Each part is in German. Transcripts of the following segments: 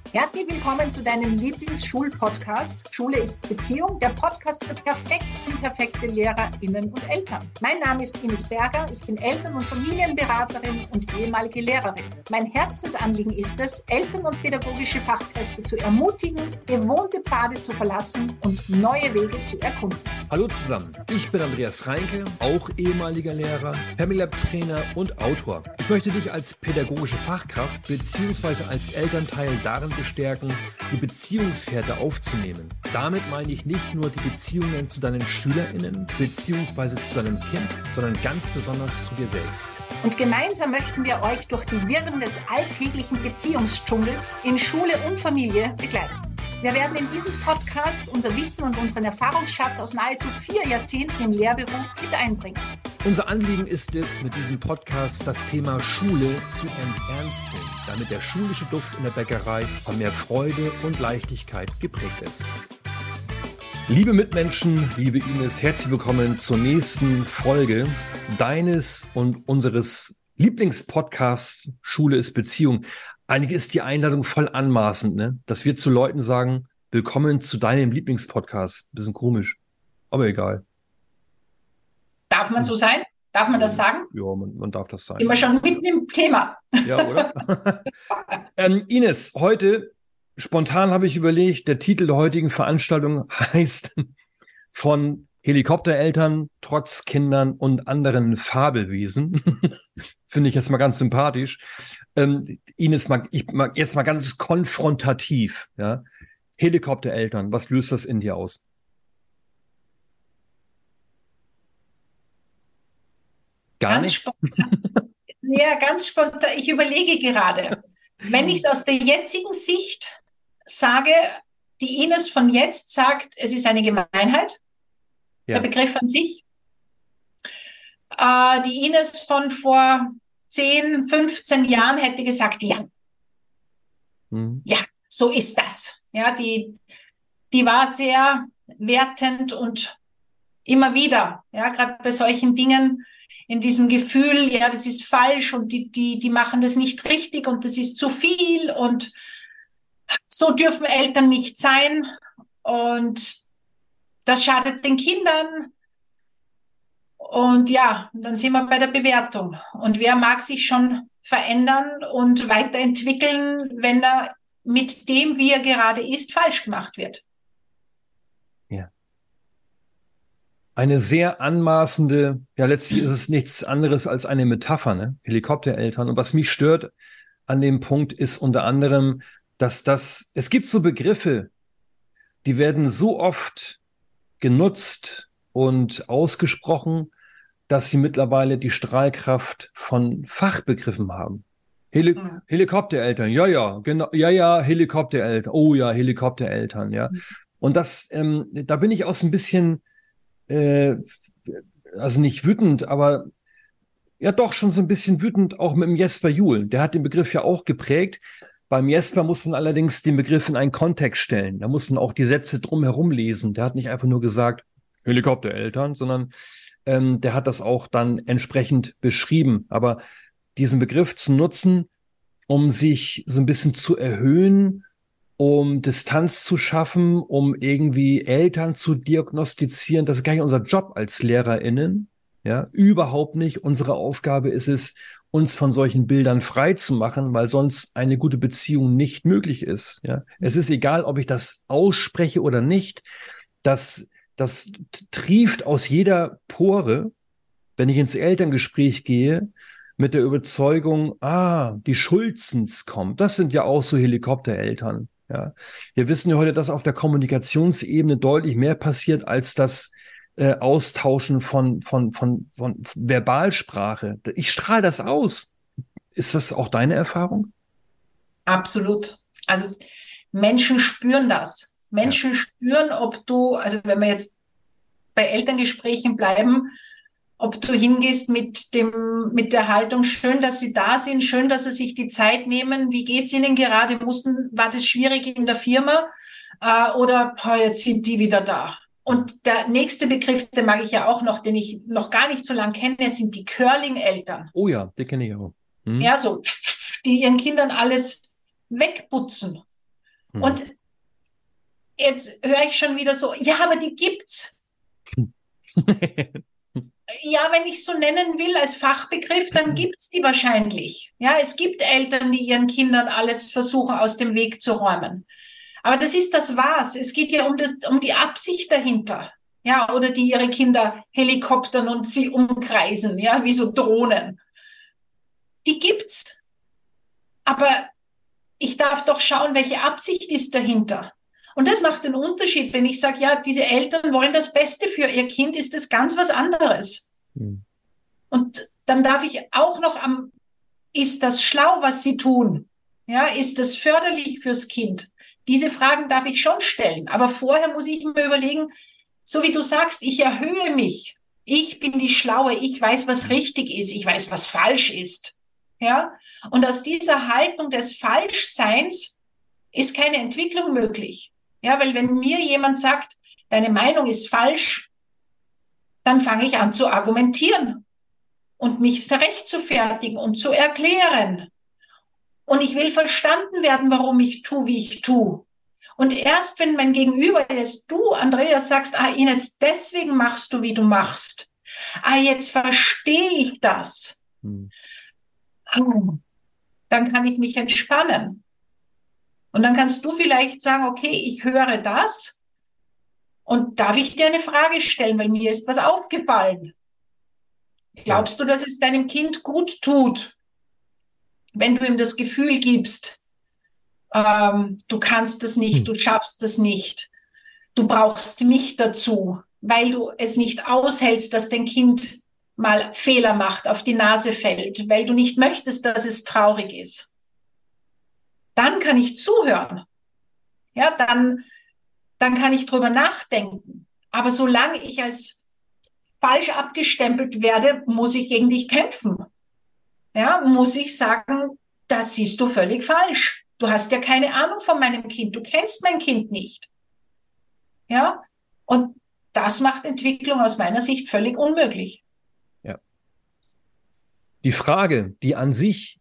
Herzlich willkommen zu deinem Lieblingsschul-Podcast. Schule ist Beziehung, der Podcast für perfekte und perfekte LehrerInnen und Eltern. Mein Name ist Ines Berger, ich bin Eltern- und Familienberaterin und ehemalige Lehrerin. Mein Herzensanliegen ist es, Eltern und pädagogische Fachkräfte zu ermutigen, gewohnte Pfade zu verlassen und neue Wege zu erkunden. Hallo zusammen, ich bin Andreas Reinke, auch ehemaliger Lehrer, Family Lab Trainer und Autor. Ich möchte dich als pädagogische Fachkraft bzw. als Elternteil darin bestärken, die Beziehungsfährte aufzunehmen. Damit meine ich nicht nur die Beziehungen zu deinen SchülerInnen bzw. zu deinem Kind, sondern ganz besonders zu dir selbst. Und gemeinsam möchten wir euch durch die Wirren des alltäglichen Beziehungsdschungels in Schule und Familie begleiten. Wir werden in diesem Podcast unser Wissen und unseren Erfahrungsschatz aus nahezu 4 Jahrzehnten im Lehrberuf mit einbringen. Unser Anliegen ist es, mit diesem Podcast das Thema Schule zu enternsten, damit der schulische Duft in der Bäckerei von mehr Freude und Leichtigkeit geprägt ist. Liebe Mitmenschen, liebe Ines, herzlich willkommen zur nächsten Folge deines und unseres Lieblingspodcasts Schule ist Beziehung. Eigentlich ist die Einladung voll anmaßend, ne? Dass wir zu Leuten sagen, willkommen zu deinem Lieblingspodcast. Bisschen komisch, aber egal. Darf man so sein? Darf man das sagen? Ja, man darf das sein. Sind wir schon mitten im Thema. Ja, oder? Ines, heute, spontan habe ich überlegt, der Titel der heutigen Veranstaltung heißt von Helikoptereltern, Trotzkindern und anderen Fabelwesen. Finde ich jetzt mal ganz sympathisch. Ines, ich mag jetzt mal ganz konfrontativ. Ja? Helikoptereltern, was löst das in dir aus? Gar nichts? Ja, ganz spontan. Ich überlege gerade, wenn ich es aus der jetzigen Sicht sage, die Ines von jetzt sagt, es ist eine Gemeinheit, der Begriff an sich. Die Ines von vor 10, 15 Jahren hätte gesagt, ja, ja, so ist das. Ja, die war sehr wertend und immer wieder, ja, gerade bei solchen Dingen, in diesem Gefühl, ja, das ist falsch und die machen das nicht richtig und das ist zu viel und so dürfen Eltern nicht sein und das schadet den Kindern. Und ja, dann sind wir bei der Bewertung. Und wer mag sich schon verändern und weiterentwickeln, wenn er mit dem, wie er gerade ist, falsch gemacht wird? Ja. Eine sehr anmaßende, ja, letztlich ist es nichts anderes als eine Metapher, ne? Helikoptereltern. Und was mich stört an dem Punkt ist unter anderem, dass es gibt so Begriffe, die werden so oft genutzt und ausgesprochen, dass sie mittlerweile die Strahlkraft von Fachbegriffen haben. Helikoptereltern, ja, genau, ja, Helikoptereltern, oh ja, Helikoptereltern, ja. Und das, da bin ich auch so ein bisschen, also nicht wütend, aber ja doch schon so ein bisschen wütend, auch mit dem Jesper Juhl. Der hat den Begriff ja auch geprägt. Beim Jesper muss man allerdings den Begriff in einen Kontext stellen. Da muss man auch die Sätze drumherum lesen. Der hat nicht einfach nur gesagt, Helikoptereltern, sondern der hat das auch dann entsprechend beschrieben. Aber diesen Begriff zu nutzen, um sich so ein bisschen zu erhöhen, um Distanz zu schaffen, um irgendwie Eltern zu diagnostizieren, das ist gar nicht unser Job als LehrerInnen. Ja, überhaupt nicht. Unsere Aufgabe ist es, uns von solchen Bildern frei zu machen, weil sonst eine gute Beziehung nicht möglich ist. Ja, es ist egal, ob ich das ausspreche oder nicht. Das trieft aus jeder Pore, wenn ich ins Elterngespräch gehe, mit der Überzeugung, die Schulzens kommen. Das sind ja auch so Helikoptereltern. Ja, wir wissen ja heute, dass auf der Kommunikationsebene deutlich mehr passiert als das Austauschen von Verbalsprache. Ich strahle das aus. Ist das auch deine Erfahrung? Absolut. Also Menschen spüren das. Menschen spüren, ob du, also wenn wir jetzt bei Elterngesprächen bleiben, ob du hingehst mit der Haltung, schön, dass sie da sind, schön, dass sie sich die Zeit nehmen, wie geht's ihnen gerade, war das schwierig in der Firma oder jetzt sind die wieder da. Und der nächste Begriff, den mag ich ja auch noch, den ich noch gar nicht so lange kenne, sind die Curling-Eltern. Oh ja, den kenne ich auch. Ja, so, die ihren Kindern alles wegputzen. Und jetzt höre ich schon wieder so, ja, aber die gibt's. Ja, wenn ich so nennen will als Fachbegriff, dann gibt's die wahrscheinlich. Ja, es gibt Eltern, die ihren Kindern alles versuchen, aus dem Weg zu räumen. Aber das ist das Was. Es geht ja um die Absicht dahinter. Ja, oder die ihre Kinder helikoptern und sie umkreisen, ja, wie so Drohnen. Die gibt's. Aber ich darf doch schauen, welche Absicht ist dahinter. Und das macht den Unterschied. Wenn ich sage, ja, diese Eltern wollen das Beste für ihr Kind, ist das ganz was anderes. Und dann darf ich auch noch ist das schlau, was sie tun? Ja, ist das förderlich fürs Kind? Diese Fragen darf ich schon stellen. Aber vorher muss ich mir überlegen, so wie du sagst, ich erhöhe mich. Ich bin die Schlaue. Ich weiß, was richtig ist. Ich weiß, was falsch ist. Ja. Und aus dieser Haltung des Falschseins ist keine Entwicklung möglich. Ja, weil wenn mir jemand sagt, deine Meinung ist falsch, dann fange ich an zu argumentieren und mich rechtfertigen und zu erklären. Und ich will verstanden werden, warum ich tue, wie ich tue. Und erst wenn mein Gegenüber ist, du, Andreas, sagst, Ines, deswegen machst du, wie du machst. Jetzt verstehe ich das. Dann kann ich mich entspannen. Und dann kannst du vielleicht sagen, okay, ich höre das und darf ich dir eine Frage stellen, weil mir ist was aufgefallen. Glaubst du, dass es deinem Kind gut tut, wenn du ihm das Gefühl gibst, du kannst das nicht, du schaffst das nicht, du brauchst mich dazu, weil du es nicht aushältst, dass dein Kind mal Fehler macht, auf die Nase fällt, weil du nicht möchtest, dass es traurig ist. Dann kann ich zuhören. Ja, dann kann ich drüber nachdenken. Aber solange ich als falsch abgestempelt werde, muss ich gegen dich kämpfen. Ja, muss ich sagen, das siehst du völlig falsch. Du hast ja keine Ahnung von meinem Kind. Du kennst mein Kind nicht. Ja, und das macht Entwicklung aus meiner Sicht völlig unmöglich. Ja. Die Frage, die an sich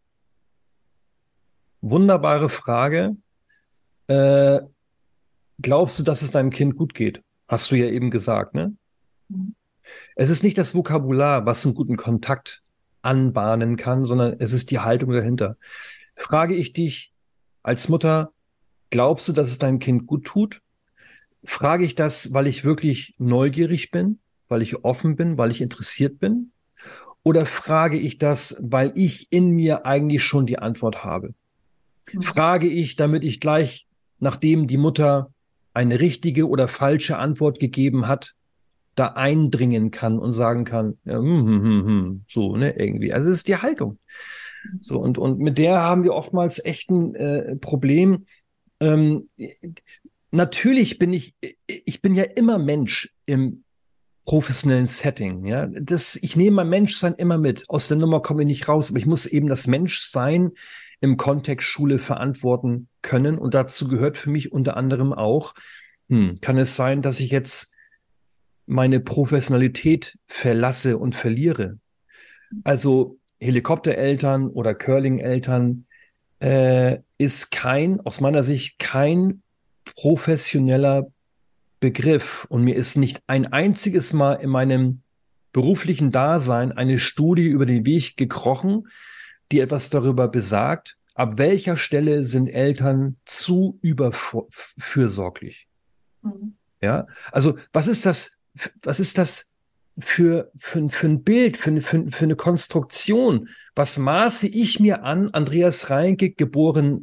wunderbare Frage, glaubst du, dass es deinem Kind gut geht? Hast du ja eben gesagt, ne? Es ist nicht das Vokabular, was einen guten Kontakt anbahnen kann, sondern es ist die Haltung dahinter. Frage ich dich als Mutter, glaubst du, dass es deinem Kind gut tut? Frage ich das, weil ich wirklich neugierig bin, weil ich offen bin, weil ich interessiert bin? Oder frage ich das, weil ich in mir eigentlich schon die Antwort habe? Frage ich, damit ich gleich, nachdem die Mutter eine richtige oder falsche Antwort gegeben hat, da eindringen kann und sagen kann, ja, so, ne, irgendwie. Also es ist die Haltung. So, und mit der haben wir oftmals echt ein Problem. Natürlich bin ich bin ja immer Mensch im professionellen Setting, ja. Ich nehme mein Menschsein immer mit. Aus der Nummer komme ich nicht raus, aber ich muss eben das Menschsein im Kontext Schule verantworten können. Und dazu gehört für mich unter anderem auch, kann es sein, dass ich jetzt meine Professionalität verlasse und verliere? Also Helikoptereltern oder Curling-Eltern ist aus meiner Sicht kein professioneller Begriff. Und mir ist nicht ein einziges Mal in meinem beruflichen Dasein eine Studie über den Weg gekrochen, die etwas darüber besagt, ab welcher Stelle sind Eltern zu überfürsorglich. Ja, also was ist das für ein Bild, für eine Konstruktion? Was maße ich mir an, Andreas Reinke, geboren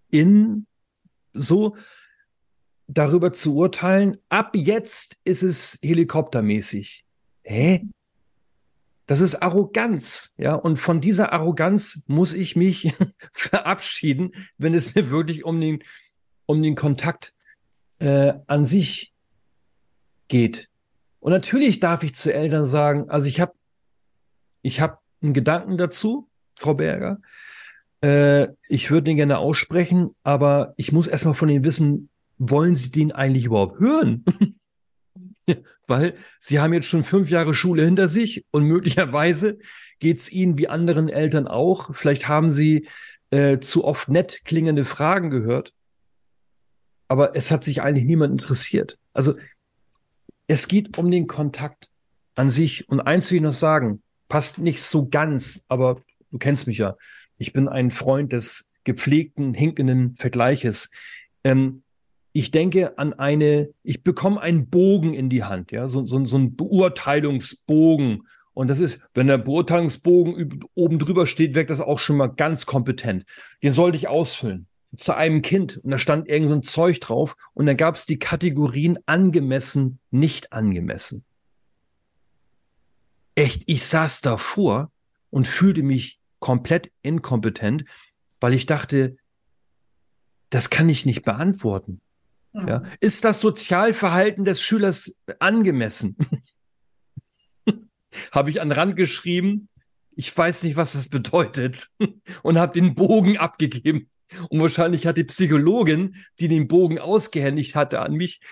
so darüber zu urteilen, ab jetzt ist es helikoptermäßig. Hä? Das ist Arroganz, ja, und von dieser Arroganz muss ich mich verabschieden, wenn es mir wirklich um den Kontakt an sich geht. Und natürlich darf ich zu Eltern sagen, also ich hab einen Gedanken dazu, Frau Berger, ich würde den gerne aussprechen, aber ich muss erstmal von Ihnen wissen, wollen Sie den eigentlich überhaupt hören? Weil Sie haben jetzt schon 5 Jahre Schule hinter sich und möglicherweise geht es Ihnen wie anderen Eltern auch. Vielleicht haben Sie zu oft nett klingende Fragen gehört. aber es hat sich eigentlich niemand interessiert. Also es geht um den Kontakt an sich. Und eins will ich noch sagen, passt nicht so ganz, aber du kennst mich ja. Ich bin ein Freund des gepflegten, hinkenden Vergleiches. Ich denke an ich bekomme einen Bogen in die Hand, ja, so ein Beurteilungsbogen. Und das ist, wenn der Beurteilungsbogen oben drüber steht, wirkt das auch schon mal ganz kompetent. Den sollte ich ausfüllen zu einem Kind. Und da stand irgend so ein Zeug drauf. Und dann gab es die Kategorien angemessen, nicht angemessen. Echt, ich saß davor und fühlte mich komplett inkompetent, weil ich dachte, das kann ich nicht beantworten. Mhm. Ja, ist das Sozialverhalten des Schülers angemessen? Habe ich an den Rand geschrieben. Ich weiß nicht, was das bedeutet. Und habe den Bogen abgegeben. Und wahrscheinlich hat die Psychologin, die den Bogen ausgehändigt hatte an mich,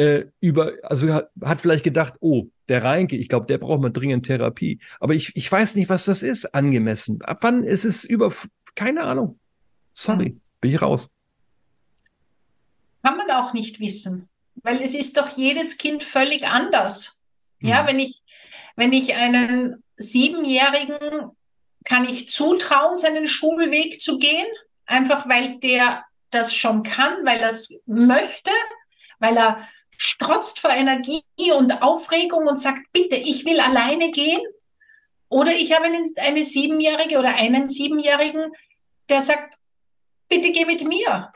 hat vielleicht gedacht, oh, der Reinke, ich glaube, der braucht mal dringend Therapie. Aber ich weiß nicht, was das ist, angemessen. Ab wann ist es keine Ahnung. Sorry, bin ich raus. Kann man auch nicht wissen, weil es ist doch jedes Kind völlig anders. Ja, wenn ich einen 7-Jährigen kann ich zutrauen, seinen Schulweg zu gehen, einfach weil der das schon kann, weil er es möchte, weil er strotzt vor Energie und Aufregung und sagt, bitte, ich will alleine gehen. Oder ich habe eine 7-Jährige oder einen 7-Jährigen, der sagt, bitte geh mit mir.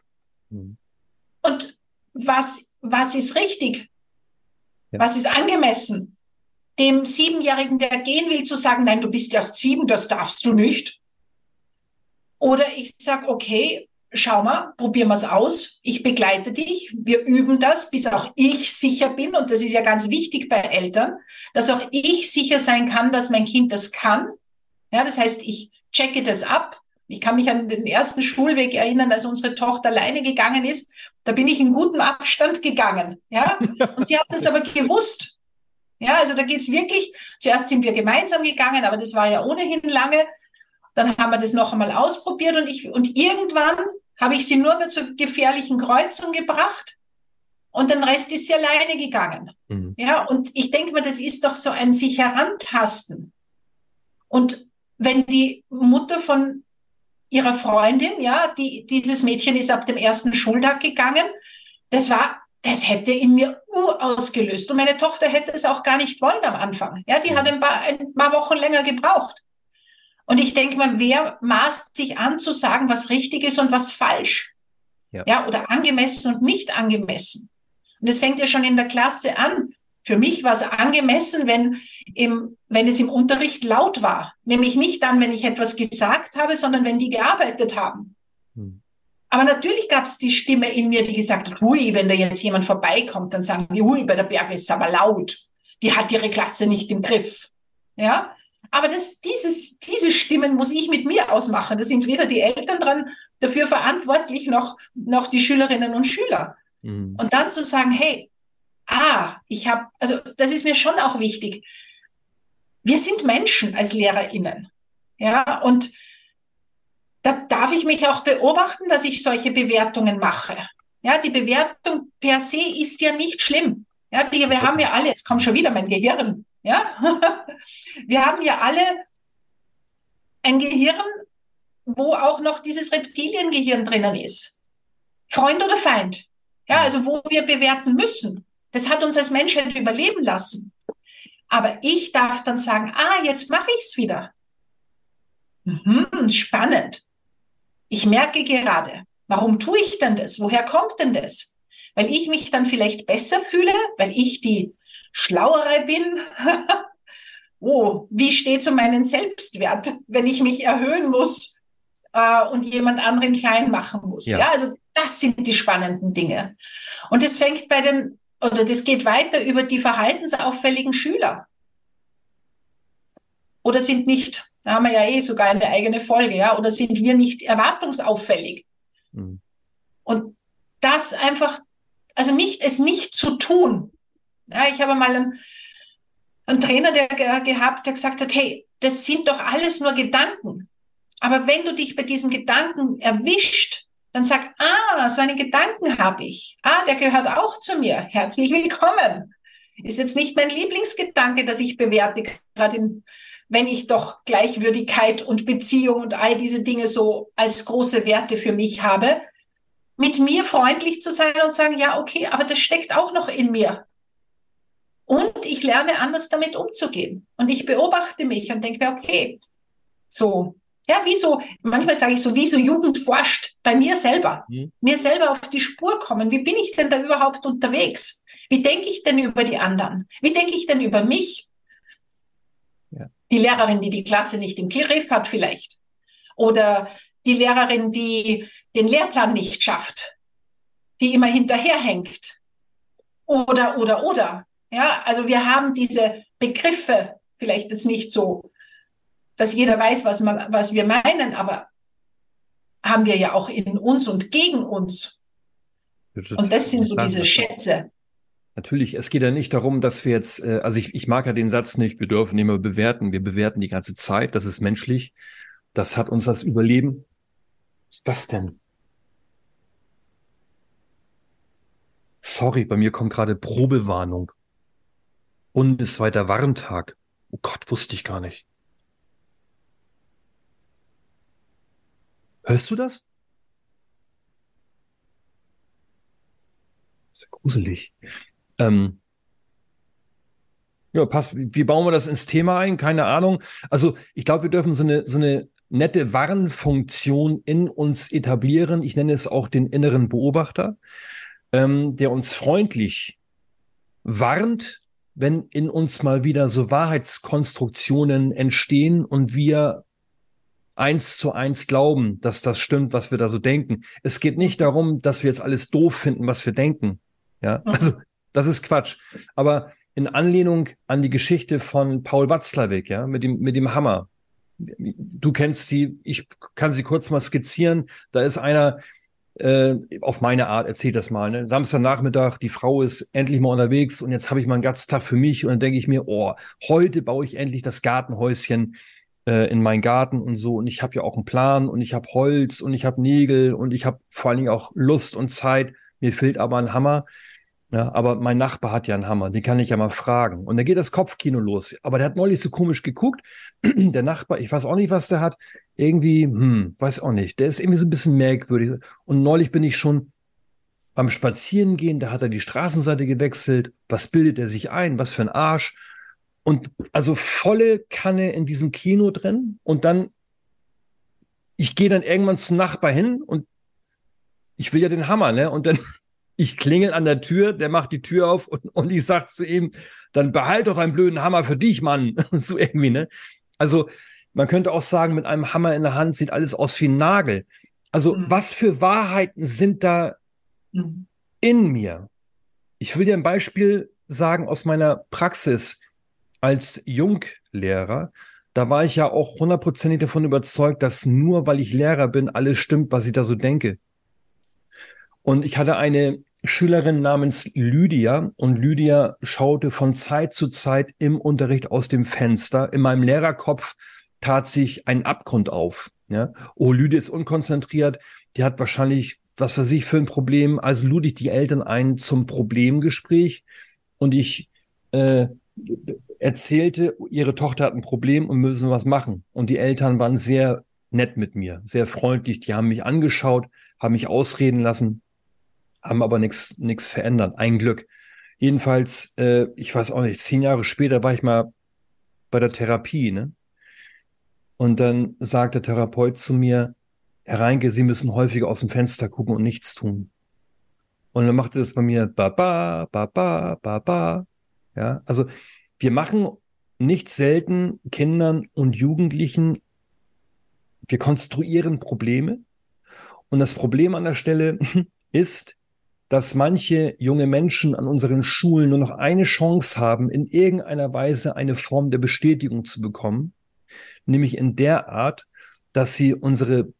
Und was ist richtig? Ja. Was ist angemessen? Dem 7-Jährigen, der gehen will, zu sagen, nein, du bist erst 7, das darfst du nicht. Oder ich sage, okay, schau mal, probieren wir es aus. Ich begleite dich. Wir üben das, bis auch ich sicher bin. Und das ist ja ganz wichtig bei Eltern, dass auch ich sicher sein kann, dass mein Kind das kann. Ja, das heißt, ich checke das ab. Ich kann mich an den ersten Schulweg erinnern, als unsere Tochter alleine gegangen ist. Da bin ich in gutem Abstand gegangen. Ja, und sie hat das aber gewusst. Ja, also da geht's wirklich. Zuerst sind wir gemeinsam gegangen, aber das war ja ohnehin lange. Dann haben wir das noch einmal ausprobiert und irgendwann habe ich sie nur mehr zur gefährlichen Kreuzung gebracht und den Rest ist sie alleine gegangen. Mhm. Ja, und ich denke mal, das ist doch so ein sich herantasten. Und wenn die Mutter von ihrer Freundin, ja, dieses Mädchen ist ab dem ersten Schultag gegangen, das hätte in mir ausgelöst. Und meine Tochter hätte es auch gar nicht wollen am Anfang. Ja, die hat ein paar Wochen länger gebraucht. Und ich denke mal, wer maßt sich an zu sagen, was richtig ist und was falsch? Ja, oder angemessen und nicht angemessen. Und das fängt ja schon in der Klasse an. Für mich war es angemessen, wenn es im Unterricht laut war. Nämlich nicht dann, wenn ich etwas gesagt habe, sondern wenn die gearbeitet haben. Aber natürlich gab es die Stimme in mir, die gesagt hat, hui, wenn da jetzt jemand vorbeikommt, dann sagen die, hui, bei der Berge ist es aber laut. Die hat ihre Klasse nicht im Griff. Ja, aber diese Stimmen muss ich mit mir ausmachen. Da sind weder die Eltern dran dafür verantwortlich, noch die Schülerinnen und Schüler. Mhm. Und dann zu sagen, hey, also das ist mir schon auch wichtig. Wir sind Menschen als LehrerInnen. Ja, und da darf ich mich auch beobachten, dass ich solche Bewertungen mache. Ja, die Bewertung per se ist ja nicht schlimm. Ja, wir haben ja alle, jetzt kommt schon wieder mein Gehirn. Ja, wir haben ja alle ein Gehirn, wo auch noch dieses Reptiliengehirn drinnen ist. Freund oder Feind. Ja, also wo wir bewerten müssen. Das hat uns als Menschheit überleben lassen. Aber ich darf dann sagen, jetzt mache ich es wieder. Spannend. Ich merke gerade, warum tue ich denn das? Woher kommt denn das? Weil ich mich dann vielleicht besser fühle, weil ich die Schlauere bin. Wie steht es um meinen Selbstwert, wenn ich mich erhöhen muss und jemand anderen klein machen muss? Ja, also das sind die spannenden Dinge. Und das fängt das geht weiter über die verhaltensauffälligen Schüler. Oder sind nicht, da haben wir ja sogar eine eigene Folge, ja, oder sind wir nicht erwartungsauffällig? Mhm. Und das einfach, also es nicht zu tun. Ja, ich habe mal einen Trainer gehabt, der gesagt hat, hey, das sind doch alles nur Gedanken. Aber wenn du dich bei diesem Gedanken erwischt, dann sag, so einen Gedanken habe ich. Der gehört auch zu mir. Herzlich willkommen. Ist jetzt nicht mein Lieblingsgedanke, dass ich bewerte, gerade wenn ich doch Gleichwürdigkeit und Beziehung und all diese Dinge so als große Werte für mich habe, mit mir freundlich zu sein und sagen, ja, okay, aber das steckt auch noch in mir. Und ich lerne anders damit umzugehen. Und ich beobachte mich und denke mir, okay, so, ja, manchmal sage ich so, wie so Jugend forscht bei mir selber. Mir selber auf die Spur kommen. Wie bin ich denn da überhaupt unterwegs? Wie denke ich denn über die anderen? Wie denke ich denn über mich? Ja. Die Lehrerin, die Klasse nicht im Griff hat vielleicht. Oder die Lehrerin, die den Lehrplan nicht schafft. Die immer hinterherhängt. Oder. Ja, also wir haben diese Begriffe vielleicht jetzt nicht so, dass jeder weiß, was wir meinen, aber haben wir ja auch in uns und gegen uns. Und das sind so diese Schätze. Natürlich, es geht ja nicht darum, dass wir jetzt, also ich mag ja den Satz nicht, wir dürfen immer bewerten, wir bewerten die ganze Zeit, das ist menschlich, das hat uns das Überleben. Was ist das denn? Sorry, bei mir kommt gerade Probewarnung. Bundesweiter Warntag. Oh Gott, wusste ich gar nicht. Hörst du das? Das ist ja gruselig. Ja, passt. Wie bauen wir das ins Thema ein? Keine Ahnung. Also ich glaube, wir dürfen so eine nette Warnfunktion in uns etablieren. Ich nenne es auch den inneren Beobachter, der uns freundlich warnt, wenn in uns mal wieder so Wahrheitskonstruktionen entstehen und wir 1:1 glauben, dass das stimmt, was wir da so denken. Es geht nicht darum, dass wir jetzt alles doof finden, was wir denken. Ja, also das ist Quatsch. Aber in Anlehnung an die Geschichte von Paul Watzlawick, ja, mit dem Hammer. Du kennst sie, ich kann sie kurz mal skizzieren. Da ist einer, auf meine Art, erzählt das mal, ne? Samstagnachmittag, die Frau ist endlich mal unterwegs und jetzt habe ich mal einen ganzen Tag für mich und dann denke ich mir, heute baue ich endlich das Gartenhäuschen in meinen Garten und so und ich habe ja auch einen Plan und ich habe Holz und ich habe Nägel und ich habe vor allen Dingen auch Lust und Zeit. Mir fehlt aber ein Hammer. Ja, aber mein Nachbar hat ja einen Hammer, den kann ich ja mal fragen. Und dann geht das Kopfkino los. Aber der hat neulich so komisch geguckt. Der Nachbar, ich weiß auch nicht, was der hat. Irgendwie, weiß auch nicht. Der ist irgendwie so ein bisschen merkwürdig. Und neulich bin ich schon beim Spazierengehen, da hat er die Straßenseite gewechselt. Was bildet er sich ein? Was für ein Arsch. Und also volle Kanne in diesem Kino drin. Und dann, ich gehe dann irgendwann zum Nachbar hin und ich will ja den Hammer, ne? Und dann ich klingel an der Tür, der macht die Tür auf und ich sag zu ihm, dann behalt doch deinen blöden Hammer für dich, Mann. So irgendwie, ne? Also man könnte auch sagen, mit einem Hammer in der Hand sieht alles aus wie ein Nagel. Also was für Wahrheiten sind da in mir? Ich will dir ein Beispiel sagen aus meiner Praxis als Junglehrer. Da war ich ja auch 100% davon überzeugt, dass nur weil ich Lehrer bin, alles stimmt, was ich da so denke. Und ich hatte eine Schülerin namens Lydia und Lydia schaute von Zeit zu Zeit im Unterricht aus dem Fenster. In meinem Lehrerkopf tat sich ein Abgrund auf. Ja? Oh, Lydia ist unkonzentriert, die hat wahrscheinlich, was weiß ich, für ein Problem. Also lud ich die Eltern ein zum Problemgespräch und ich erzählte, ihre Tochter hat ein Problem und müssen was machen. Und die Eltern waren sehr nett mit mir, sehr freundlich. Die haben mich angeschaut, haben mich ausreden lassen, haben aber nichts verändert. Ein Glück. Jedenfalls, ich weiß auch nicht, 10 Jahre später war ich mal bei der Therapie, ne? Und dann sagt der Therapeut zu mir, Herr Reinke, Sie müssen häufiger aus dem Fenster gucken und nichts tun. Und dann macht er das bei mir, Baba, Baba, Baba. Ja, also wir machen nicht selten Kindern und Jugendlichen, wir konstruieren Probleme. Und das Problem an der Stelle ist, dass manche junge Menschen an unseren Schulen nur noch eine Chance haben, in irgendeiner Weise eine Form der Bestätigung zu bekommen, nämlich in der Art, dass sie unsere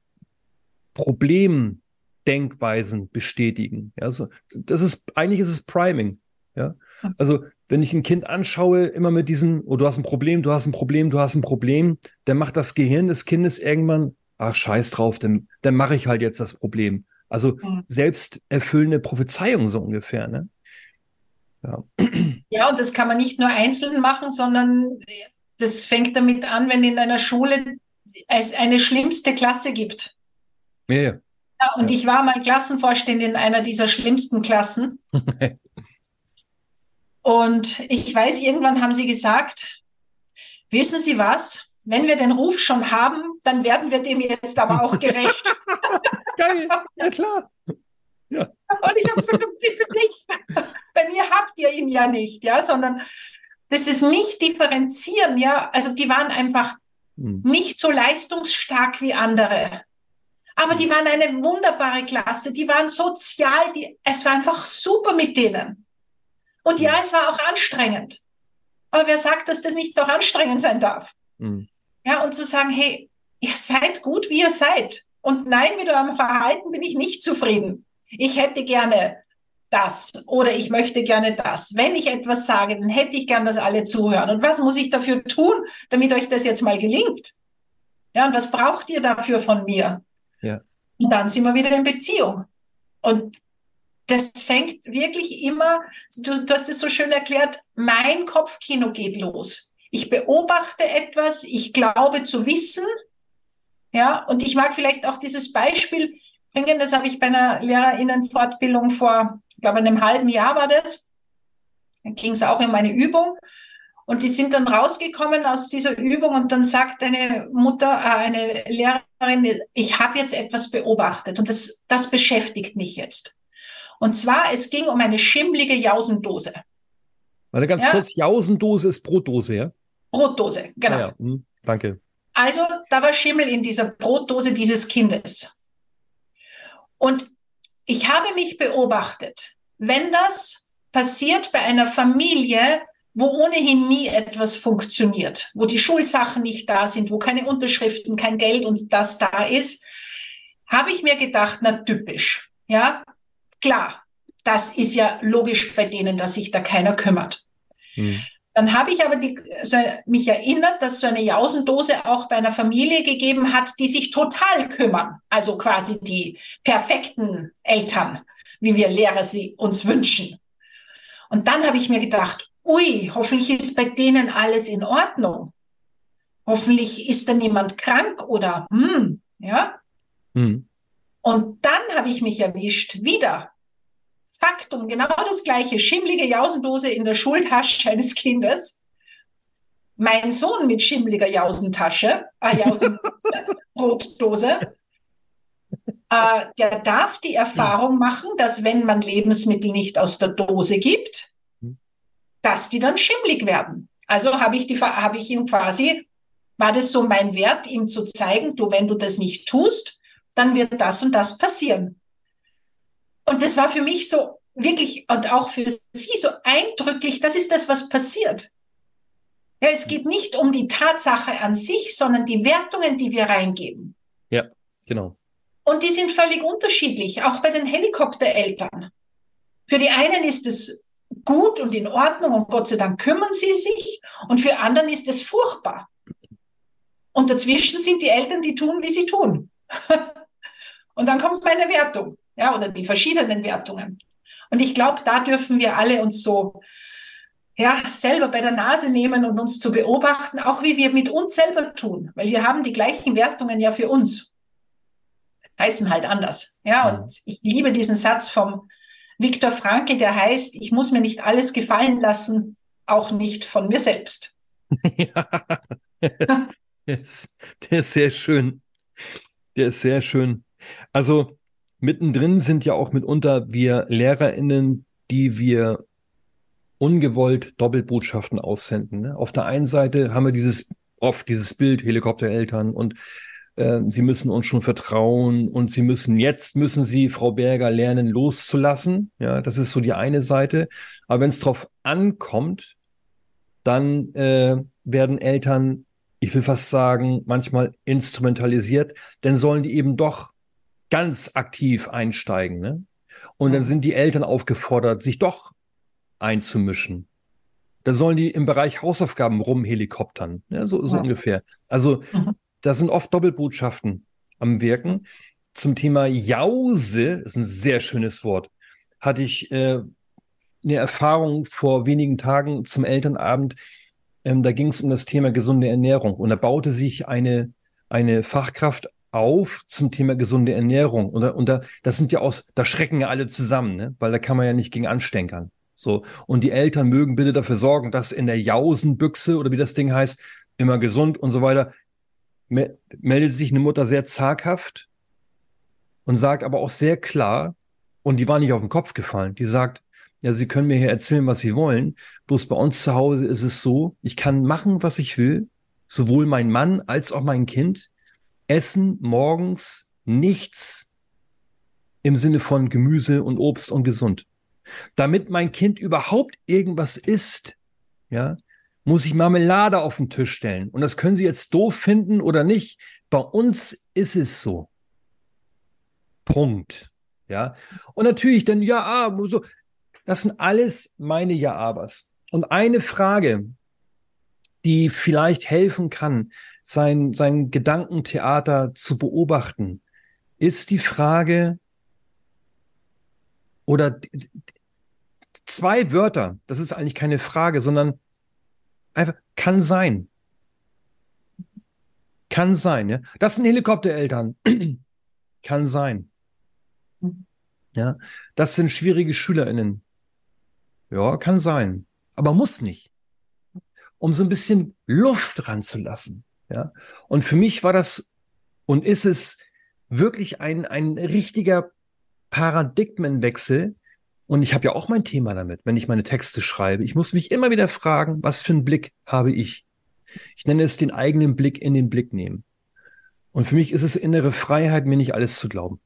Problemdenkweisen bestätigen. Ja, also eigentlich ist es Priming. Ja, also wenn ich ein Kind anschaue, immer mit diesem, oh, du hast ein Problem, du hast ein Problem, du hast ein Problem, dann macht das Gehirn des Kindes irgendwann, ach, scheiß drauf, dann mache ich halt jetzt das Problem. Also selbsterfüllende Prophezeiung so ungefähr, ne? Ja. Ja, und das kann man nicht nur einzeln machen, sondern das fängt damit an, wenn in einer Schule es eine schlimmste Klasse gibt. Ja, ja. Ja, und ich war mal Klassenvorständin einer dieser schlimmsten Klassen. Und ich weiß, irgendwann haben sie gesagt, wissen Sie was? Wenn wir den Ruf schon haben, dann werden wir dem jetzt aber auch gerecht. Geil, ja klar. Ja. Und ich habe gesagt, bitte nicht. Bei mir habt ihr ihn ja nicht, ja, sondern das ist nicht differenzieren, ja. Also die waren einfach nicht so leistungsstark wie andere. Aber die waren eine wunderbare Klasse, die waren sozial, es war einfach super mit denen. Und ja, es war auch anstrengend. Aber wer sagt, dass das nicht auch anstrengend sein darf? Ja, und zu sagen, hey, ihr seid gut, wie ihr seid. Und nein, mit eurem Verhalten bin ich nicht zufrieden. Ich hätte gerne das oder ich möchte gerne das. Wenn ich etwas sage, dann hätte ich gern, dass alle zuhören. Und was muss ich dafür tun, damit euch das jetzt mal gelingt? Ja, und was braucht ihr dafür von mir? Ja. Und dann sind wir wieder in Beziehung. Und das fängt wirklich immer, du hast es so schön erklärt, mein Kopfkino geht los. Ich beobachte etwas, ich glaube zu wissen, ja, und ich mag vielleicht auch dieses Beispiel bringen, das habe ich bei einer Lehrerinnenfortbildung vor, ich glaube, einem halben Jahr war das. Dann ging es auch um eine Übung. Und die sind dann rausgekommen aus dieser Übung und dann sagt eine Mutter, eine Lehrerin, ich habe jetzt etwas beobachtet und das beschäftigt mich jetzt. Und zwar, es ging um eine schimmlige Jausendose. Warte ganz kurz, Jausendose ist Brotdose, ja? Brotdose, genau. Ah, ja. Danke. Also, da war Schimmel in dieser Brotdose dieses Kindes. Und ich habe mich beobachtet, wenn das passiert bei einer Familie, wo ohnehin nie etwas funktioniert, wo die Schulsachen nicht da sind, wo keine Unterschriften, kein Geld und das da ist, habe ich mir gedacht, na typisch, ja, klar, das ist ja logisch bei denen, dass sich da keiner kümmert. Dann habe ich aber mich erinnert, dass so eine Jausendose auch bei einer Familie gegeben hat, die sich total kümmern, also quasi die perfekten Eltern, wie wir Lehrer sie uns wünschen. Und dann habe ich mir gedacht, ui, hoffentlich ist bei denen alles in Ordnung. Hoffentlich ist da niemand krank oder, ja. Und dann habe ich mich erwischt, wieder. Faktum, genau das gleiche, schimmlige Jausendose in der Schultasche eines Kindes. Mein Sohn mit schimmliger Jausendose, Brotdose, der darf die Erfahrung machen, dass wenn man Lebensmittel nicht aus der Dose gibt, dass die dann schimmlig werden. Also habe ich ihm quasi, war das so mein Wert, ihm zu zeigen, du, wenn du das nicht tust, dann wird das und das passieren. Und das war für mich so wirklich und auch für sie so eindrücklich, das ist das, was passiert. Ja, es geht nicht um die Tatsache an sich, sondern die Wertungen, die wir reingeben. Ja, genau. Und die sind völlig unterschiedlich, auch bei den Helikoptereltern. Für die einen ist es gut und in Ordnung und Gott sei Dank kümmern sie sich und für anderen ist es furchtbar. Und dazwischen sind die Eltern, die tun, wie sie tun. Und dann kommt meine Wertung, ja, oder die verschiedenen Wertungen. Und ich glaube, da dürfen wir alle uns so, ja, selber bei der Nase nehmen und uns zu beobachten, auch wie wir mit uns selber tun, weil wir haben die gleichen Wertungen ja für uns. Heißen halt anders. Ja, und ich liebe diesen Satz vom Viktor Frankl, der heißt, ich muss mir nicht alles gefallen lassen, auch nicht von mir selbst. Ja, der ist sehr schön. Der ist sehr schön. Also mittendrin sind ja auch mitunter wir LehrerInnen, die wir ungewollt Doppelbotschaften aussenden. Ne? Auf der einen Seite haben wir oft dieses Bild Helikoptereltern und sie müssen uns schon vertrauen und jetzt müssen sie, Frau Berger, lernen loszulassen. Ja, das ist so die eine Seite. Aber wenn es drauf ankommt, dann werden Eltern, ich will fast sagen, manchmal instrumentalisiert, dann sollen die eben doch ganz aktiv einsteigen. Ne? Und dann sind die Eltern aufgefordert, sich doch einzumischen. Da sollen die im Bereich Hausaufgaben rumhelikoptern. Ja, so ungefähr. Also da sind oft Doppelbotschaften am Wirken. zum Thema Jause, ist ein sehr schönes Wort, hatte ich eine Erfahrung vor wenigen Tagen zum Elternabend. Da ging es um das Thema gesunde Ernährung. Und da baute sich eine Fachkraft auf zum Thema gesunde Ernährung. Das sind ja da schrecken ja alle zusammen, ne? Weil da kann man ja nicht gegen anstänkern. So. Und die Eltern mögen bitte dafür sorgen, dass in der Jausenbüchse oder wie das Ding heißt, immer gesund und so weiter, meldet sich eine Mutter sehr zaghaft und sagt aber auch sehr klar, und die war nicht auf den Kopf gefallen, die sagt, ja, Sie können mir hier erzählen, was Sie wollen, bloß bei uns zu Hause ist es so, ich kann machen, was ich will, sowohl mein Mann als auch mein Kind, essen morgens nichts im Sinne von Gemüse und Obst und gesund. Damit mein Kind überhaupt irgendwas isst, ja, muss ich Marmelade auf den Tisch stellen. Und das können Sie jetzt doof finden oder nicht. Bei uns ist es so. Punkt. Ja. Und natürlich dann, ja, so. Das sind alles meine Ja-Abers. Und eine Frage, die vielleicht helfen kann, sein Gedankentheater zu beobachten, ist die Frage oder zwei Wörter, das ist eigentlich keine Frage, sondern einfach kann sein. Kann sein, ja. Das sind Helikoptereltern. Kann sein. Ja. Das sind schwierige SchülerInnen. Ja, kann sein. Aber muss nicht. Um so ein bisschen Luft ranzulassen. Ja. Und für mich war das und ist es wirklich ein richtiger Paradigmenwechsel. Und ich habe ja auch mein Thema damit, wenn ich meine Texte schreibe. Ich muss mich immer wieder fragen, was für einen Blick habe ich? Ich nenne es den eigenen Blick in den Blick nehmen. Und für mich ist es innere Freiheit, mir nicht alles zu glauben.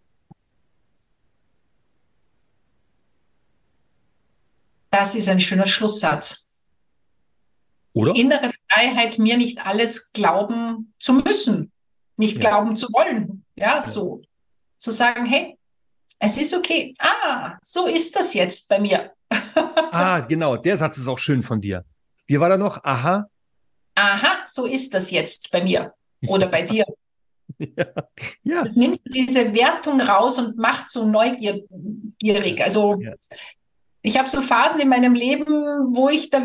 Das ist ein schöner Schlusssatz. Oder? Die innere Freiheit, mir nicht alles glauben zu müssen, nicht glauben zu wollen. Ja, so. Zu sagen, hey, es ist okay. So ist das jetzt bei mir. Genau, der Satz ist auch schön von dir. Wie war da noch? Aha, so ist das jetzt bei mir oder bei dir. Ja. Das nimmt diese Wertung raus und macht so neugierig. Also ich habe so Phasen in meinem Leben, wo ich da